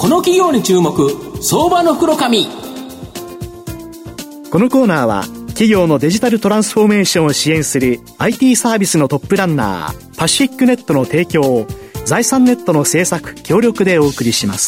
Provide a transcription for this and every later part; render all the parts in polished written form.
この企業に注目、相場の袋紙。 このコーナーは企業のデジタルトランスフォーメーションを支援する IT サービスのトップランナーパシフィックネットの提供を財産ネットの制作協力でお送りします。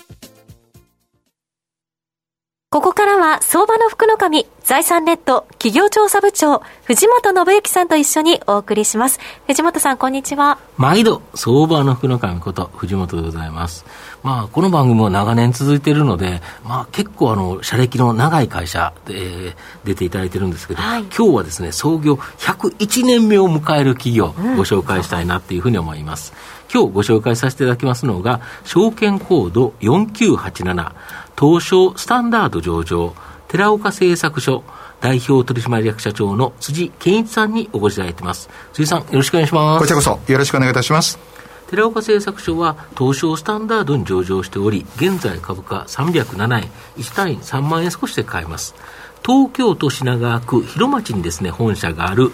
ここからは相場の福の神、財産ネット企業調査部長藤本信之さんと一緒にお送りします。藤本さん、こんにちは。 毎度相場の福の神こと藤本でございます。この番組も長年続いているので、結構社歴の長い会社で、出ていただいてるんですけど、今日はですね、創業101年目を迎える企業をご紹介したいなというふうに思います。今日ご紹介させていただきますのが、証券コード4987東証スタンダード上場寺岡製作所代表取締役社長の辻健一さんにお越しいただいています。辻さん、よろしくお願いします。 こちらこそよろしくお願いいたします。 寺岡製作所は東証スタンダードに上場しており、現在株価307円、1単位3万円少しで買えます。東京都品川区広町にですね、本社がある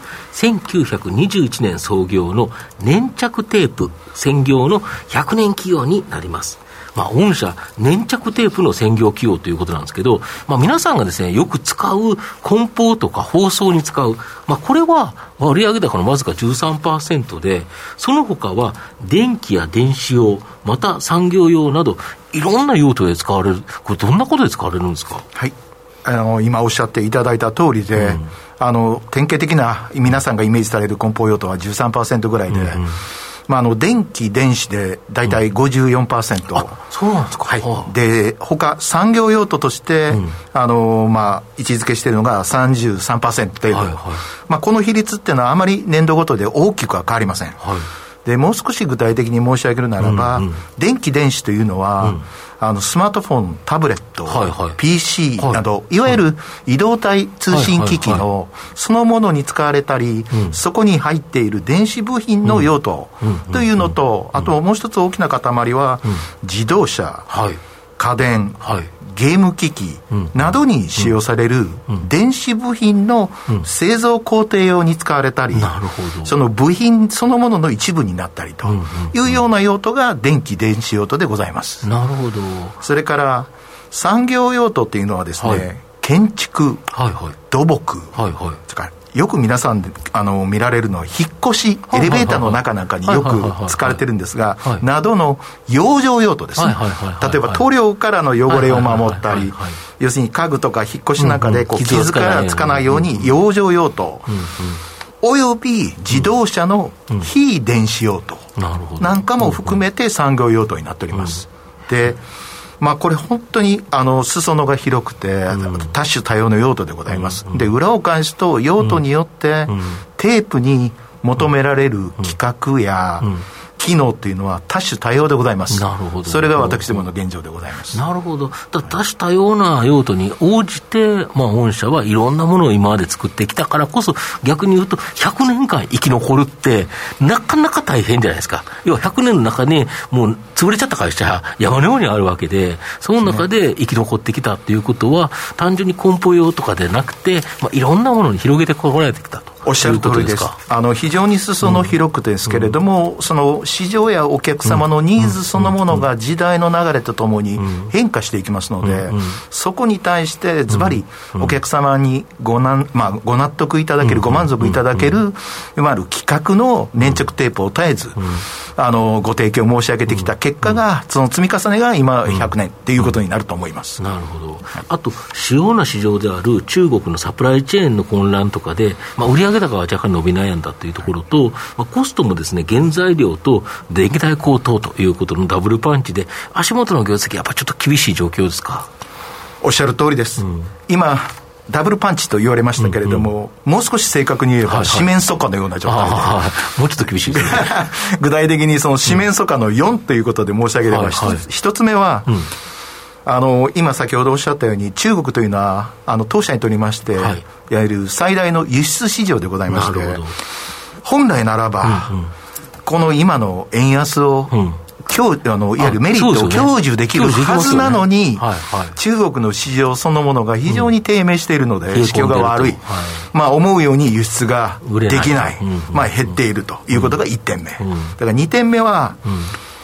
1921年創業の粘着テープ専業の100年企業になります。御社粘着テープの専業企業ということなんですけど、皆さんがですね、よく使う梱包とか包装に使う、これは売上高のわずか 13% で、その他は電気や電子用、また産業用などいろんな用途で使われる。これどんなことで使われるんですか？ はい、今おっしゃっていただいた通りで、典型的な皆さんがイメージされる梱包用途は 13% ぐらいで、電気電子でだいたい 54%、 そうなんですか。 はい。で他産業用途として、位置づけしているのが 33% 程度、この比率っていうのはあまり年度ごとで大きくは変わりません。でもう少し具体的に申し上げるならば、電気電子というのは、スマートフォン、タブレット、PC など、いわゆる移動体通信機器のそのものに使われたり、そこに入っている電子部品の用途というのと、あともう一つ大きな塊は、自動車、家電、ゲーム機器などに使用される電子部品の製造工程用に使われたり、その部品そのものの一部になったりというような用途が電気電子用途でございます。 なるほど。 それから産業用途っていうのはですね、建築、土木、それからよく皆さん見られるのは引っ越し、エレベーターの中なんかによく使われてるんですが、などの養生用途ですね。例えば塗料からの汚れを守ったり、要するに家具とか引っ越しの中で傷からつかないように養生用途、および自動車の非電子用途なんかも含めて産業用途になっております。でこれ本当に裾野が広くて、多種多様の用途でございます。で裏を返すと用途によってテープに求められる規格や機能というのは多種多様でございます。 なるほど。 それが私どもの現状でございます。 なるほど。多種多様な用途に応じて、御社はいろんなものを今まで作ってきたからこそ、逆に言うと100年間生き残るってなかなか大変じゃないですか。要は100年の中にもう潰れちゃった会社山のようにあるわけで、その中で生き残ってきたということは、単純に梱包用とかでなくて、いろんなものに広げてこられてきたと。 おっしゃる通りです。非常に裾野広くですけれども、その市場やお客様のニーズそのものが時代の流れとともに変化していきますので、そこに対してズバリお客様にご納得いただける、ご満足いただける、いわゆる規格の粘着テープを絶えずご提供申し上げてきた結果が、その積み重ねが今100年っていうことになると思います。 なるほど。あと主要な市場である中国のサプライチェーンの混乱とかで、売上高は若干伸び悩んだというところと、コストもですね、原材料と電気代高騰ということのダブルパンチで、足元の業績やっぱちょっと厳しい状況ですか？ おっしゃる通りです。今ダブルパンチと言われましたけれども、もう少し正確に言えば四面楚歌のような状態で、 もうちょっと厳しいですね。 具体的にその四面楚歌の4ということで申し上げれば、一つ目は、今先ほどおっしゃったように、中国というのは当社にとりまして、いわゆる最大の輸出市場でございまして、本来ならば、この今の円安を、いわゆるメリットを享受できるはずなのに、中国の市場そのものが非常に低迷しているので、市況が悪い、思うように輸出ができない、減っているということが1点目、だから2点目は、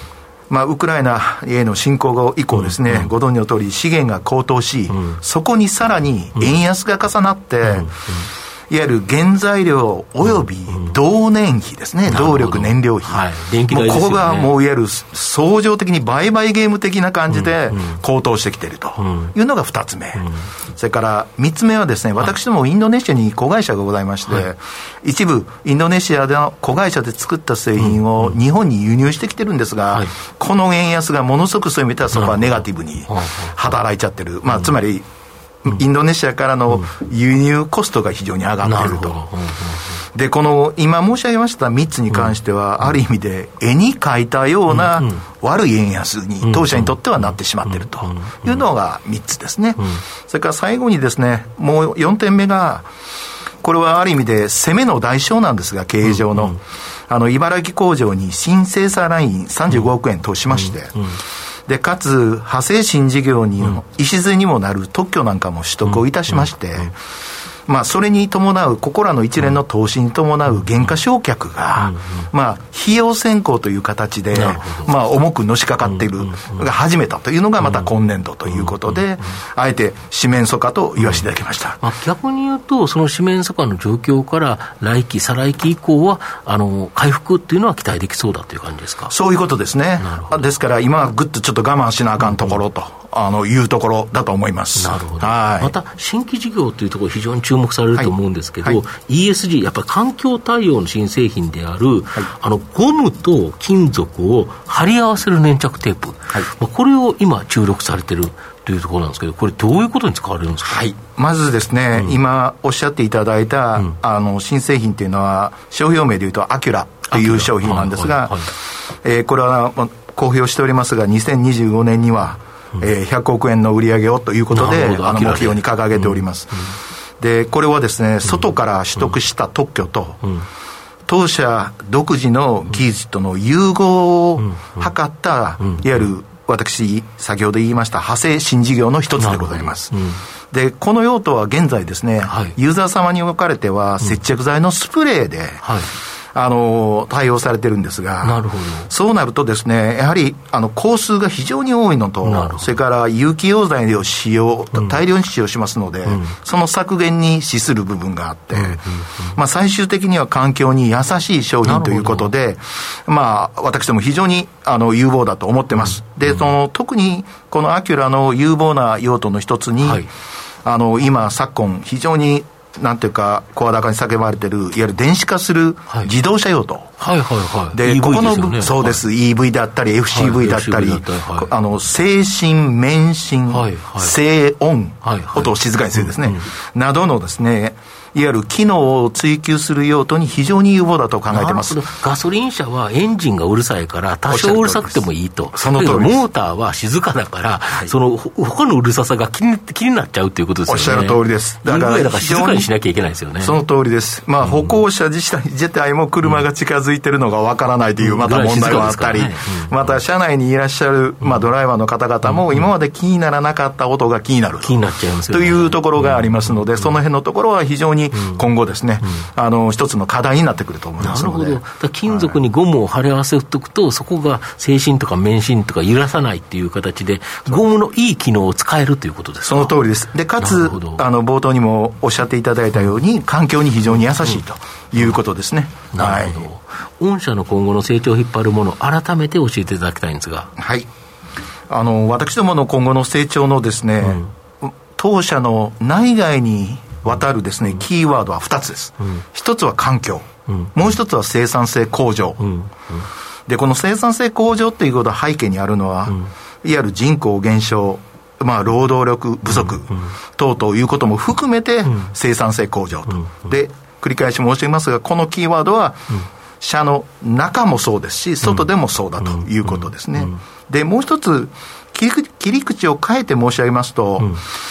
ウクライナへの侵攻後以降ですね、ご存知の通り資源が高騰し、そこにさらに円安が重なって、いわゆる原材料および動燃費ですね、動力燃料費、電気代ですよね。ここがもういわゆる相乗的に売買ゲーム的な感じで高騰してきているというのが2つ目、それから3つ目はですね、私どもインドネシアに子会社がございまして、一部インドネシアの子会社で作った製品を日本に輸入してきてるんですが、この円安がものすごくそういう意味ではそこはネガティブに働いちゃってる、つまりインドネシアからの輸入コストが非常に上がっていると。で、この今申し上げました3つに関しては、ある意味で絵に描いたような悪い円安に当社にとってはなってしまっているというのが3つですね。それから最後にですね、もう4点目が、これはある意味で攻めの代償なんですが、経営上の茨城工場に新生産ライン35億円投資しまして、でかつ派生新事業に礎にもなる特許なんかも取得をいたしまして、それに伴うここらの一連の投資に伴う減価償却が、費用先行という形で、重くのしかかっているが始めたというのがまた今年度ということで、あえて四面楚歌と言わせていただきました。 逆に言うと、その四面楚歌の状況から来期再来期以降は回復っていうのは期待できそうだという感じですか。 そういうことですね。ですから今はぐっとちょっと我慢しなあかんところというところだと思います。 なるほど。また新規事業というところ非常に注目されると思うんですけど、ESG やっぱり環境対応の新製品である、ゴムと金属を貼り合わせる粘着テープ、これを今注力されているというところなんですけど、これどういうことに使われるんですか。 まずですね、今おっしゃっていただいた、新製品というのは商標名でいうとアキュラという商品なんですが、これは公表しておりますが、2025年には100億円の売り上げをということで目標に掲げております。でこれはですね、外から取得した特許と、当社独自の技術との融合を図った、いわゆる私先ほど言いました派生新事業の一つでございます。でこの用途は現在ですね、ユーザー様におかれては接着剤のスプレーで、対応されてるんですが、 なるほど。 そうなるとですね、やはり工数が非常に多いのと、それから有機溶剤を大量に使用しますので、その削減に資する部分があって、最終的には環境に優しい商品ということで、私ども非常に有望だと思ってます。で特にこのアキュラの有望な用途の一つに、今昨今非常になんていうか声高に叫ばれているいわゆる電子化する自動車用途、でここのそうです、EV であったり FCV だったり、静心免震、静音、音を静かにするですね、などのですね、いわゆる機能を追求する用途に非常に有望だと考えています。 ガソリン車はエンジンがうるさいから多少うるさくてもいいと。 その通りです。 モーターは静かだから、その他のうるささが気になっちゃうということですよね。 おっしゃる通りです。 だから静かにしなきゃいけないですよね。 その通りです。歩行者自体も車が近づいてるのがわからないというまた問題があったり、また車内にいらっしゃるドライバーの方々も今まで気にならなかった音が気になる気になっちゃいますよねというところがありますので、その辺のところは非常に今後ですね、一つの課題になってくると思いますので。 なるほど。金属にゴムを貼り合わせておくと、そこが静心とか免震とか揺らさないっていう形でゴムのいい機能を使えるということですか。 その通りです。でかつ冒頭にもおっしゃっていただいたように環境に非常に優しいということですね。 なるほど。御社の今後の成長を引っ張るものを改めて教えていただきたいんですが。 私どもの今後の成長のですね、当社の内外にわたるですね、キーワードは2つです。一つは環境、もう一つは生産性向上、でこの生産性向上ということは背景にあるのは、いわゆる人口減少、労働力不足等ということも含めて生産性向上と、で繰り返し申し上げますが、このキーワードは社の中もそうですし外でもそうだということですね。でもう一つ切り口を変えて申し上げますと、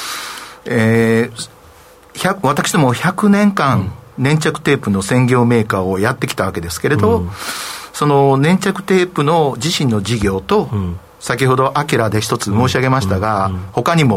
私ども100年間粘着テープの専業メーカーをやってきたわけですけれど、その粘着テープの自身の事業と、先ほどアキラで一つ申し上げましたが、他にも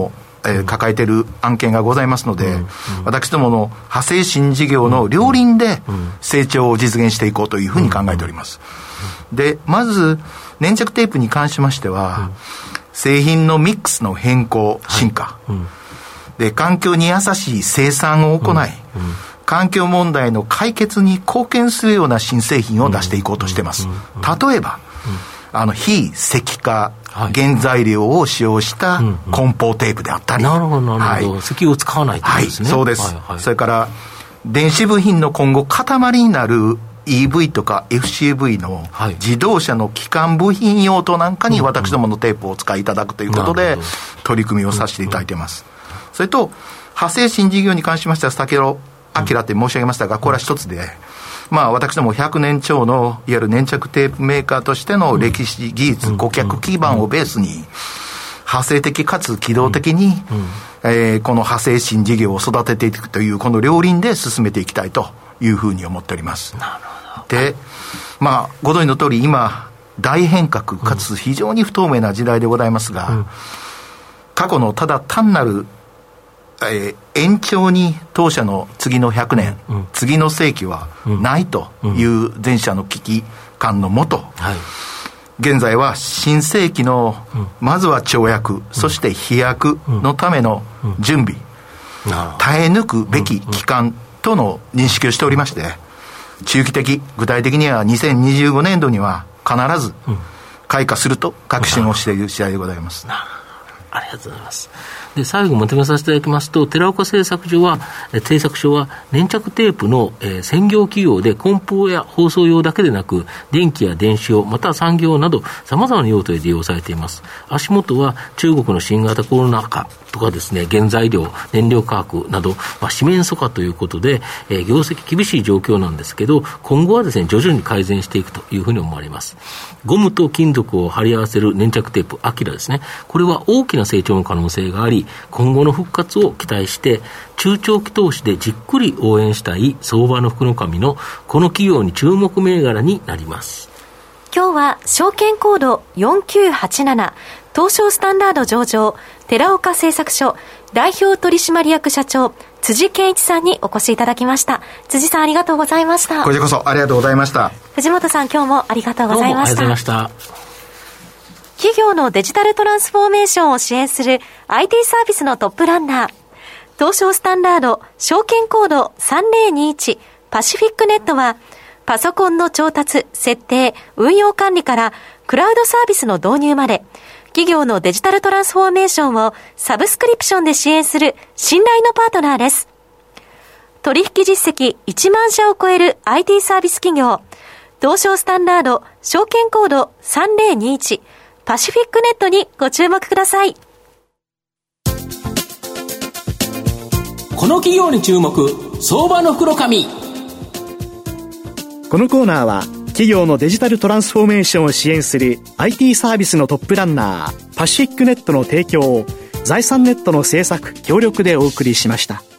抱えている案件がございますので、私どもの派生新事業の両輪で成長を実現していこうというふうに考えております。で、まず粘着テープに関しましては、製品のミックスの変更、進化、で環境に優しい生産を行い、環境問題の解決に貢献するような新製品を出していこうとしています。例えば、非石化原材料を使用した梱包テープであったり、 なるほどなるほど、石油を使わないということですね。 そうです、それから電子部品の今後塊になる EV とか FCV の自動車の基幹部品用途なんかに私どものテープをお使いいただくということで取り組みをさせていただいています。それと派生新事業に関しましては先ほどアキラって申し上げましたが、これは一つで、私ども100年超のいわゆる粘着テープメーカーとしての歴史、技術、顧客基盤をベースに派生的かつ機動的に、この派生新事業を育てていくというこの両輪で進めていきたいというふうに思っております。なるほど。で、ご存知の通り今大変革かつ非常に不透明な時代でございますが、過去のただ単なる延長に当社の次の100年、次の世紀はないという前者の危機感のもと、現在は新世紀のまずは跳躍、そして飛躍のための準備、耐え抜くべき期間との認識をしておりまして、中期的、具体的には2025年度には必ず開花すると確信をしている次第でございます。 ありがとうございます。で、最後まとめさせていただきますと、寺岡製作所は粘着テープの、専業企業で梱包や包装用だけでなく電気や電子用または産業などさまざまな用途で利用されています。足元は中国の新型コロナ禍とかですね、原材料燃料価格など、四面楚歌ということで、業績厳しい状況なんですけど、今後はですね徐々に改善していくというふうに思われます。ゴムと金属を貼り合わせる粘着テープアキラですね、これは大きな成長の可能性があり、今後の復活を期待して中長期投資でじっくり応援したい相場の福の神のこの企業に注目銘柄になります。 今日は証券コード4987東証スタンダード上場寺岡製作所代表取締役社長辻健一さんにお越しいただきました。辻さん、ありがとうございました。 こちらこそありがとうございました。 藤本さん、今日もありがとうございました。 どうもありがとうございました。 企業のデジタルトランスフォーメーションを支援する IT サービスのトップランナー、東証スタンダード証券コード3021パシフィックネットは、パソコンの調達、設定、運用管理からクラウドサービスの導入まで、企業のデジタルトランスフォーメーションをサブスクリプションで支援する信頼のパートナーです。取引実績1万社を超える IT サービス企業、東証スタンダード証券コード3021パシフィックネットにご注目ください。 この企業に注目、相場の福神。 このコーナーは企業のデジタルトランスフォーメーションを支援する IT サービスのトップランナーパシフィックネットの提供を財産ネットの制作協力でお送りしました。